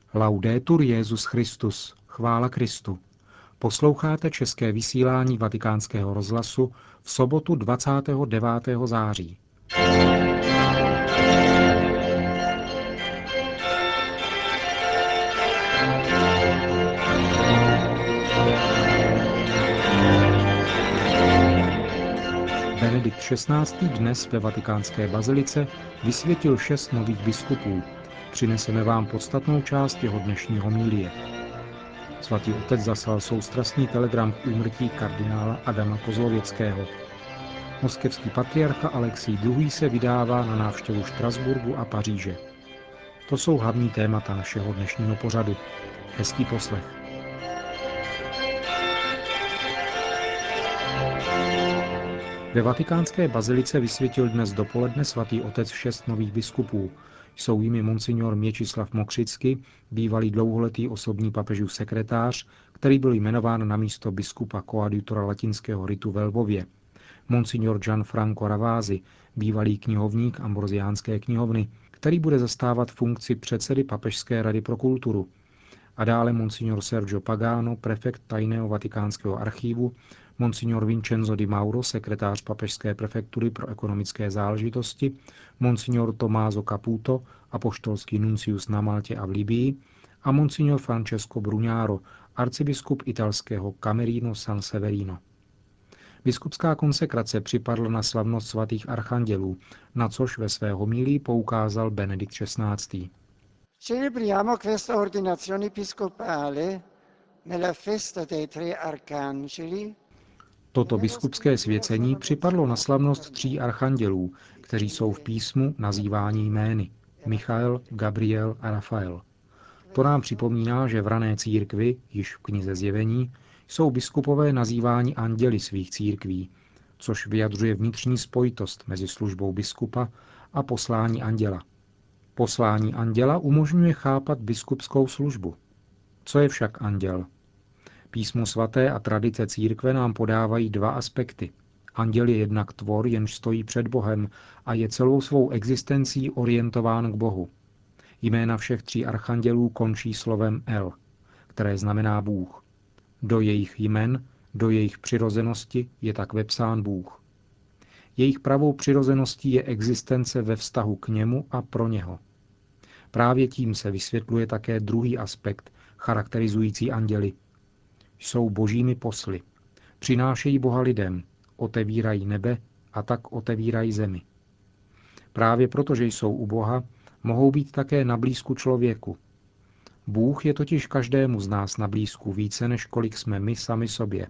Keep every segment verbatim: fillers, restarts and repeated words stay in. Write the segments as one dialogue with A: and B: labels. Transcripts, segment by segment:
A: Laudetur Jesus Christus, chvála Kristu. Posloucháte české vysílání Vatikánského rozhlasu v sobotu dvacátého devátého září. Benedikt šestnáctý. dnes ve Vatikánské bazilice vysvětil šest nových biskupů. Přineseme vám podstatnou část jeho dnešní homilie. Svatý otec zaslal soustrastný telegram k úmrtí kardinála Adama Kozlověckého. Moskevský patriarcha Alexij druhý. se vydává na návštěvu Štrasburgu a Paříže. To jsou hlavní témata našeho dnešního pořadu. Hezký poslech. Ve Vatikánské bazilice vysvětil dnes dopoledne svatý otec šest nových biskupů. Jsou jimi monsignor Měčislav Mokřicky, bývalý dlouholetý osobní papežův sekretář, který byl jmenován na místo biskupa koadjutora latinského ritu ve Lvově, monsignor Gianfranco Ravasi, bývalý knihovník Ambroziánské knihovny, který bude zastávat funkci předsedy Papežské rady pro kulturu, a dále monsignor Sergio Pagano, prefekt tajného vatikánského archívu, monsignor Vincenzo Di Mauro, sekretář papežské prefektury pro ekonomické záležitosti, monsignor Tommaso Caputo, apoštolský nuncius na Maltě a v Libyi, a monsignor Francesco Brugnaro, arcibiskup italského Camerino San Severino. Biskupská konsekrace připadla na slavnost svatých archandělů, na což ve své homilii poukázal Benedikt šestnáctý.
B: Celebriamo questa ordinazione episcopale nella festa dei tre arcangeli.
A: Toto biskupské svěcení připadlo na slavnost tří archandělů, kteří jsou v písmu nazýváni jmény Michael, Gabriel a Rafael. To nám připomíná, že v rané církvi, již v knize Zjevení, jsou biskupové nazýváni anděli svých církví, což vyjadřuje vnitřní spojitost mezi službou biskupa a poslání anděla. Poslání anděla umožňuje chápat biskupskou službu. Co je však anděl? Písmo svaté a tradice církve nám podávají dva aspekty. Anděl je jednak tvor, jenž stojí před Bohem a je celou svou existencí orientován k Bohu. Jména všech tří archandělů končí slovem El, které znamená Bůh. Do jejich jmen, do jejich přirozenosti je tak vepsán Bůh. Jejich pravou přirozeností je existence ve vztahu k němu a pro něho. Právě tím se vysvětluje také druhý aspekt, charakterizující anděly. Jsou božími posly. Přinášejí Boha lidem, otevírají nebe a tak otevírají zemi. Právě proto, že jsou u Boha, mohou být také na blízku člověku. Bůh je totiž každému z nás na blízku více, než kolik jsme my sami sobě.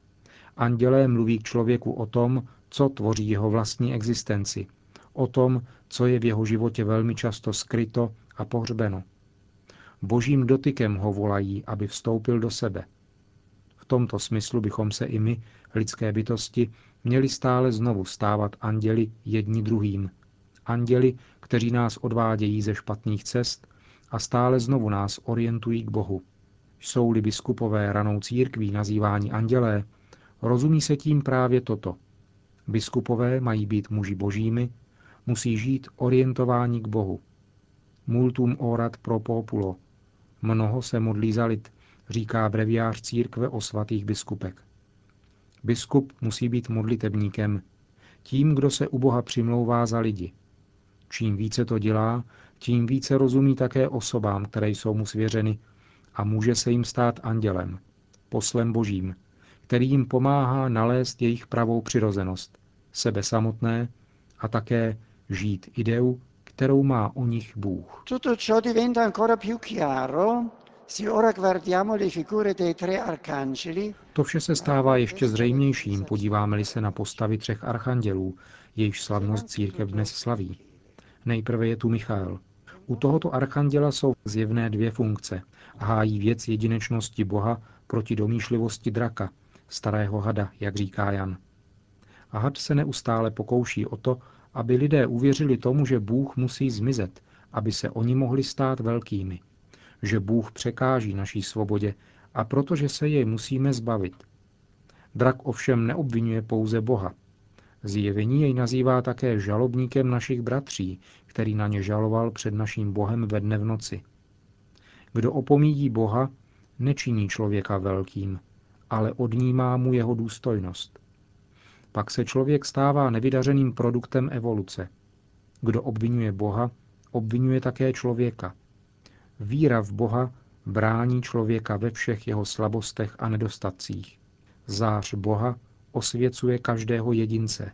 A: Andělé mluví k člověku o tom, co tvoří jeho vlastní existenci, o tom, co je v jeho životě velmi často skryto a pohřbeno. Božím dotykem ho volají, aby vstoupil do sebe. V tomto smyslu bychom se i my, lidské bytosti, měli stále znovu stávat anděli jedni druhým. Anděli, kteří nás odvádějí ze špatných cest a stále znovu nás orientují k Bohu. Jsou-li biskupové ranou církví nazýváni andělé, rozumí se tím právě toto. Biskupové mají být muži božími, musí žít orientováni k Bohu. Multum orat pro populo. Mnoho se modlí za lid, říká breviář církve o svatých biskupech. Biskup musí být modlitebníkem, tím, kdo se u Boha přimlouvá za lidi. Čím více to dělá, tím více rozumí také osobám, které jsou mu svěřeny, a může se jim stát andělem, poslem božím, který jim pomáhá nalézt jejich pravou přirozenost, sebe samotné a také žít ideu, kterou má o nich Bůh.
B: Tutto ciò diventa ancora più chiaro se ora guardiamo le figure dei tre arcangeli.
A: To vše se stává ještě zřejmějším, podíváme-li se na postavy třech archandělů, jejichž slavnost církev dnes slaví. Nejprve je tu Michael. U tohoto archanděla jsou zjevné dvě funkce. Hájí věc jedinečnosti Boha proti domýšlivosti draka, starého hada, jak říká Jan. A had se neustále pokouší o to, aby lidé uvěřili tomu, že Bůh musí zmizet, aby se oni mohli stát velkými. Že Bůh překáží naší svobodě a protože se jej musíme zbavit. Drak ovšem neobvinuje pouze Boha. Zjevení jej nazývá také žalobníkem našich bratří, který na ně žaloval před naším Bohem ve dne v noci. Kdo opomíjí Boha, nečiní člověka velkým, ale odnímá mu jeho důstojnost. Pak se člověk stává nevydařeným produktem evoluce. Kdo obvinuje Boha, obvinuje také člověka. Víra v Boha brání člověka ve všech jeho slabostech a nedostatcích. Zář Boha osvěcuje každého jedince.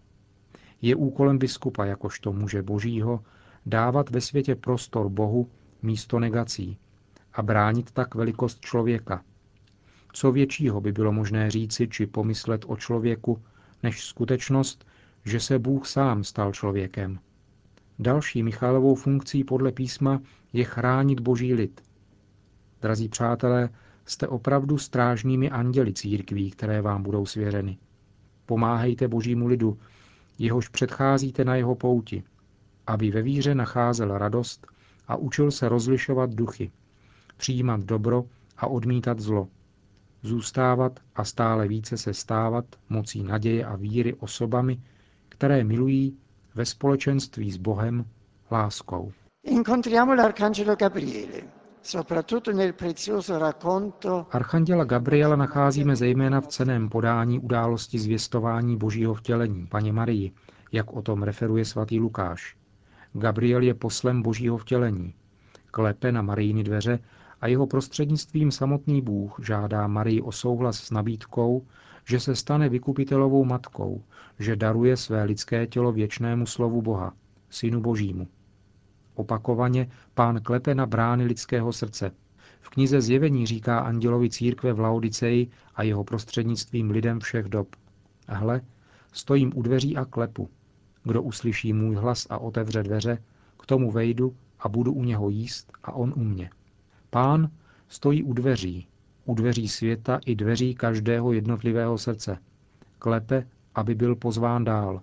A: Je úkolem biskupa jakožto muže Božího dávat ve světě prostor Bohu místo negací a bránit tak velikost člověka. Co většího by bylo možné říci či pomyslet o člověku, než skutečnost, že se Bůh sám stal člověkem. Další Michaelovou funkcí podle písma je chránit Boží lid. Drazí přátelé, jste opravdu strážnými anděli církví, které vám budou svěřeny. Pomáhejte Božímu lidu, jehož předcházíte na jeho pouti, aby ve víře nacházel radost a učil se rozlišovat duchy, přijímat dobro a odmítat zlo, zůstávat a stále více se stávat mocí naděje a víry osobami, které milují ve společenství s Bohem láskou.
B: Incontriamo l'arcangelo Gabriele, soprattutto nel prezioso racconto.
A: Archanděla Gabriela nacházíme zejména v cenném podání události zvěstování Božího vtělení, Panně Marii, jak o tom referuje svatý Lukáš. Gabriel je poslem Božího vtělení. Klepe na Marijiny dveře a jeho prostřednictvím samotný Bůh žádá Marii o souhlas s nabídkou, že se stane vykupitelovou matkou, že daruje své lidské tělo věčnému slovu Boha, Synu Božímu. Opakovaně Pán klepe na brány lidského srdce. V knize Zjevení říká andělovi církve v Laodiceji a jeho prostřednictvím lidem všech dob: Hle, stojím u dveří a klepu. Kdo uslyší můj hlas a otevře dveře, k tomu vejdu a budu u něho jíst a on u mě. Pán stojí u dveří, u dveří světa i dveří každého jednotlivého srdce. Klepe, aby byl pozván dál.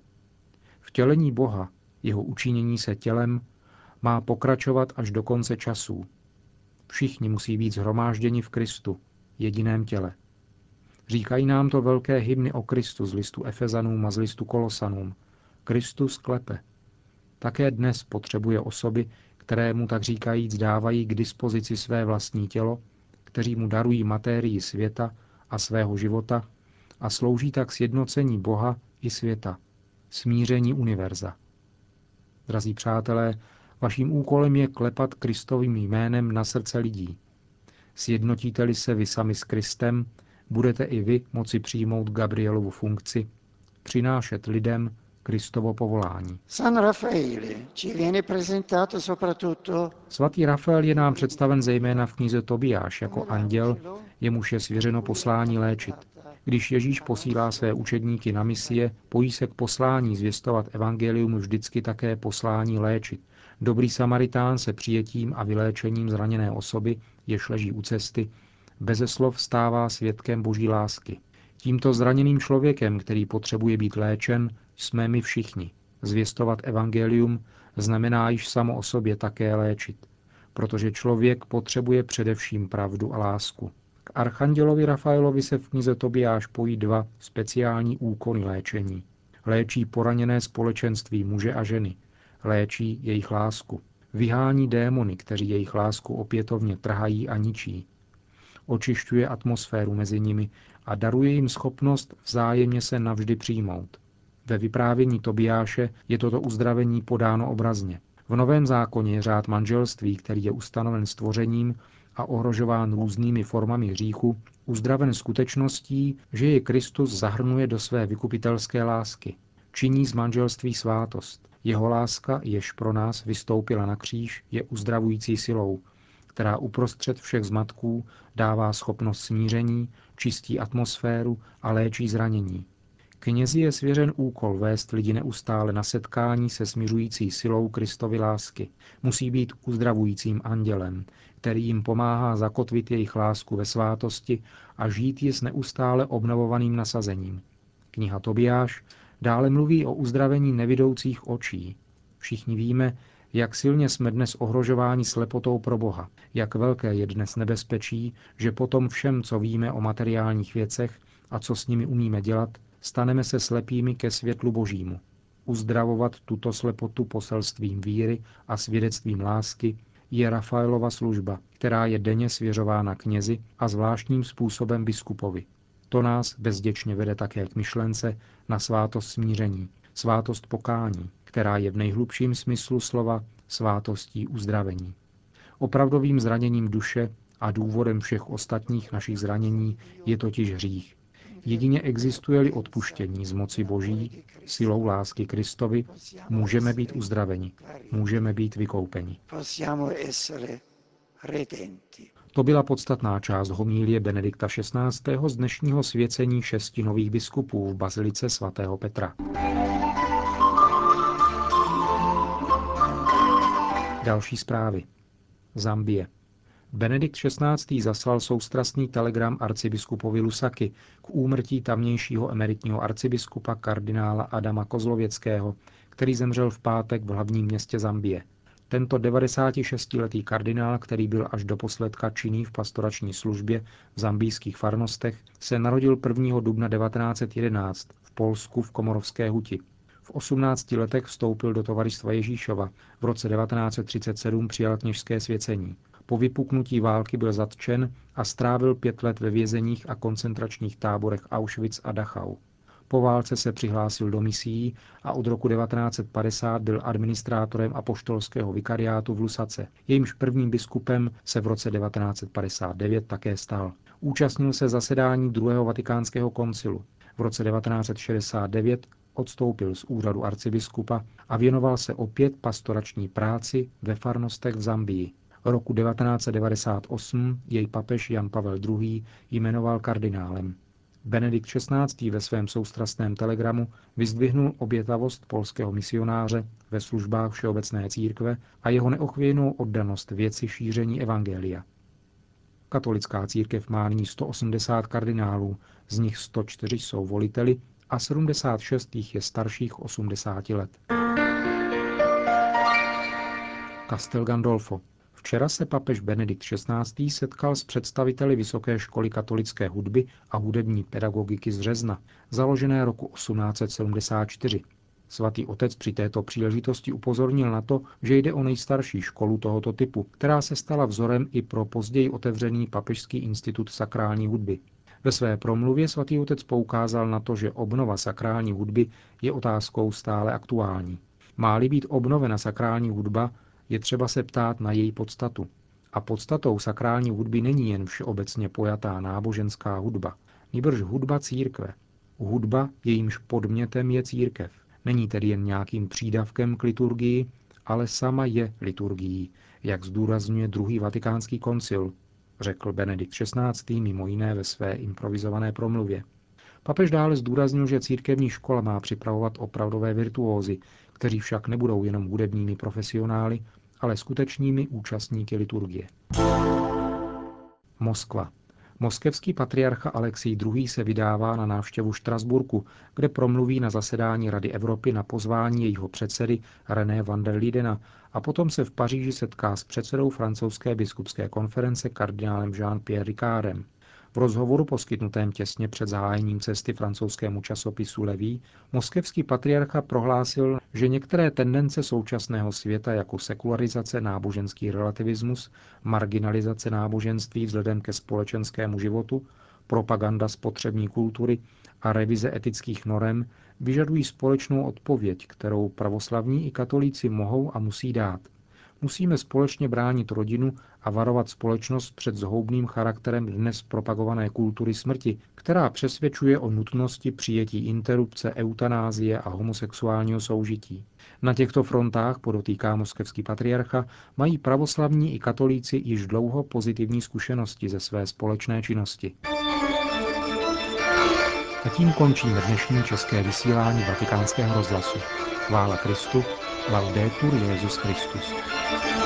A: Vtělení Boha, jeho učinění se tělem, má pokračovat až do konce časů. Všichni musí být shromážděni v Kristu, jediném těle. Říkají nám to velké hymny o Kristu z listu Efezanům a z listu Kolosanům. Kristus klepe. Také dnes potřebuje osoby, které mu tak říkajíc dávají k dispozici své vlastní tělo, kteří mu darují matérii světa a svého života a slouží tak sjednocení Boha i světa, smíření univerza. Drazí přátelé, vaším úkolem je klepat Kristovým jménem na srdce lidí. Sjednotíte-li se vy sami s Kristem, budete i vy moci přijmout Gabrielovu funkci, přinášet lidem Kristovo povolání.
B: San Raffaele ci viene presentato soprattutto.
A: Svatý Rafael je nám představen zejména v knize Tobiáš jako anděl, jemuž je svěřeno poslání léčit. Když Ježíš posílá své učedníky na misie, pojí se k poslání zvěstovat evangelium vždycky také poslání léčit. Dobrý Samaritán se přijetím a vyléčením zraněné osoby, jež leží u cesty, beze slov stává svědkem Boží lásky. Tímto zraněným člověkem, který potřebuje být léčen, jsme my všichni. Zvěstovat evangelium znamená již samo o sobě také léčit, protože člověk potřebuje především pravdu a lásku. K archandělovi Rafaelovi se v knize Tobiáš pojí dva speciální úkony léčení. Léčí poraněné společenství muže a ženy, léčí jejich lásku, vyhání démony, kteří jejich lásku opětovně trhají a ničí. Očišťuje atmosféru mezi nimi a daruje jim schopnost vzájemně se navždy přijmout. Ve vyprávění Tobiáše je toto uzdravení podáno obrazně. V Novém zákoně je řád manželství, který je ustanoven stvořením a ohrožován různými formami hříchu, uzdraven skutečností, že je Kristus zahrnuje do své vykupitelské lásky. Činí z manželství svátost. Jeho láska, jež pro nás vystoupila na kříž, je uzdravující silou, která uprostřed všech zmatků dává schopnost smíření, čistí atmosféru a léčí zranění. Knězi je svěřen úkol vést lidi neustále na setkání se smiřující silou Kristovy lásky. Musí být uzdravujícím andělem, který jim pomáhá zakotvit jejich lásku ve svátosti a žít je s neustále obnovovaným nasazením. Kniha Tobiáš dále mluví o uzdravení nevidoucích očí. Všichni víme, jak silně jsme dnes ohrožováni slepotou pro Boha, jak velké je dnes nebezpečí, že potom všem, co víme o materiálních věcech a co s nimi umíme dělat, staneme se slepými ke světlu Božímu. Uzdravovat tuto slepotu poselstvím víry a svědectvím lásky je Rafaelova služba, která je denně svěřována knězi a zvláštním způsobem biskupovi. To nás bezděčně vede také k myšlence na svátost smíření, svátost pokání, která je v nejhlubším smyslu slova svátostí uzdravení. Opravdovým zraněním duše a důvodem všech ostatních našich zranění je totiž hřích. Jedině existuje-li odpuštění z moci Boží, silou lásky Kristovi, můžeme být uzdraveni, můžeme být vykoupeni. To byla podstatná část homilie Benedikta šestnáctého. z dnešního svěcení šesti nových biskupů v bazilice svatého Petra. Další zprávy. Zambie. Benedikt šestnáctý. zaslal soustrastný telegram arcibiskupovi Lusaki k úmrtí tamnějšího emeritního arcibiskupa kardinála Adama Kozlověckého, který zemřel v pátek v hlavním městě Zambie. Tento devadesátišestiletý kardinál, který byl až do posledka činný v pastorační službě v zambijských farnostech, se narodil prvního dubna devatenáct set jedenáct v Polsku v Komorovské huti. V osmnácti letech vstoupil do Tovarystva Ježíšova. V roce devatenáct set třicet sedm přijal kněžské svěcení. Po vypuknutí války byl zatčen a strávil pět let ve vězeních a koncentračních táborech Auschwitz a Dachau. Po válce se přihlásil do misií a od roku devatenáct set padesát byl administrátorem apoštolského vikariátu v Lusace. Jejímž prvním biskupem se v roce devatenáct set padesát devět také stal. Účastnil se zasedání druhého vatikánského koncilu. V roce devatenáct set šedesát devět odstoupil z úřadu arcibiskupa a věnoval se opět pastorační práci ve farnostech v Zambii. Roku devatenáct set devadesát osm jej papež Jan Pavel druhý. jmenoval kardinálem. Benedikt šestnáctý. ve svém soustrastném telegramu vyzdvihnul obětavost polského misionáře ve službách všeobecné církve a jeho neochvějnou oddanost věci šíření evangelia. Katolická církev má nyní sto osmdesát kardinálů, z nich sto čtyři jsou voliteli a sedmdesát šest jich je starších osmdesáti let. Castel Gandolfo. Včera se papež Benedikt šestnáctý. setkal s představiteli Vysoké školy katolické hudby a hudební pedagogiky z Řezna, založené roku osmnáct set sedmdesát čtyři. Svatý otec při této příležitosti upozornil na to, že jde o nejstarší školu tohoto typu, která se stala vzorem i pro později otevřený Papežský institut sakrální hudby. Ve své promluvě svatý otec poukázal na to, že obnova sakrální hudby je otázkou stále aktuální. Má-li být obnovena sakrální hudba, je třeba se ptát na její podstatu. A podstatou sakrální hudby není jen všeobecně pojatá náboženská hudba, nýbrž hudba církve. Hudba, jejímž podmětem je církev. Není tedy jen nějakým přídavkem k liturgii, ale sama je liturgií, jak zdůrazňuje druhý vatikánský koncil, řekl Benedikt šestnáctý. mimo jiné ve své improvizované promluvě. Papež dále zdůraznil, že církevní škola má připravovat opravdové virtuózy, kteří však nebudou jenom hudebními profesionály, ale skutečnými účastníky liturgie. Moskva. Moskevský patriarcha Alexij druhý. se vydává na návštěvu Štrasburku, kde promluví na zasedání Rady Evropy na pozvání jejího předsedy René van der Leydena a potom se v Paříži setká s předsedou francouzské biskupské konference kardinálem Jean-Pierre Ricardem. V rozhovoru poskytnutém těsně před zahájením cesty francouzskému časopisu Le Vie moskevský patriarcha prohlásil, že některé tendence současného světa jako sekularizace, náboženský relativismus, marginalizace náboženství vzhledem ke společenskému životu, propaganda spotřební kultury a revize etických norem vyžadují společnou odpověď, kterou pravoslavní i katolíci mohou a musí dát. Musíme společně bránit rodinu a varovat společnost před zhoubným charakterem dnes propagované kultury smrti, která přesvědčuje o nutnosti přijetí interrupce, eutanázie a homosexuálního soužití. Na těchto frontách, podotýká moskevský patriarcha, mají pravoslavní i katolíci již dlouho pozitivní zkušenosti ze své společné činnosti. A tím končíme dnešní české vysílání Vatikánského rozhlasu. Chvála Kristu, laudetur Jesus Christus.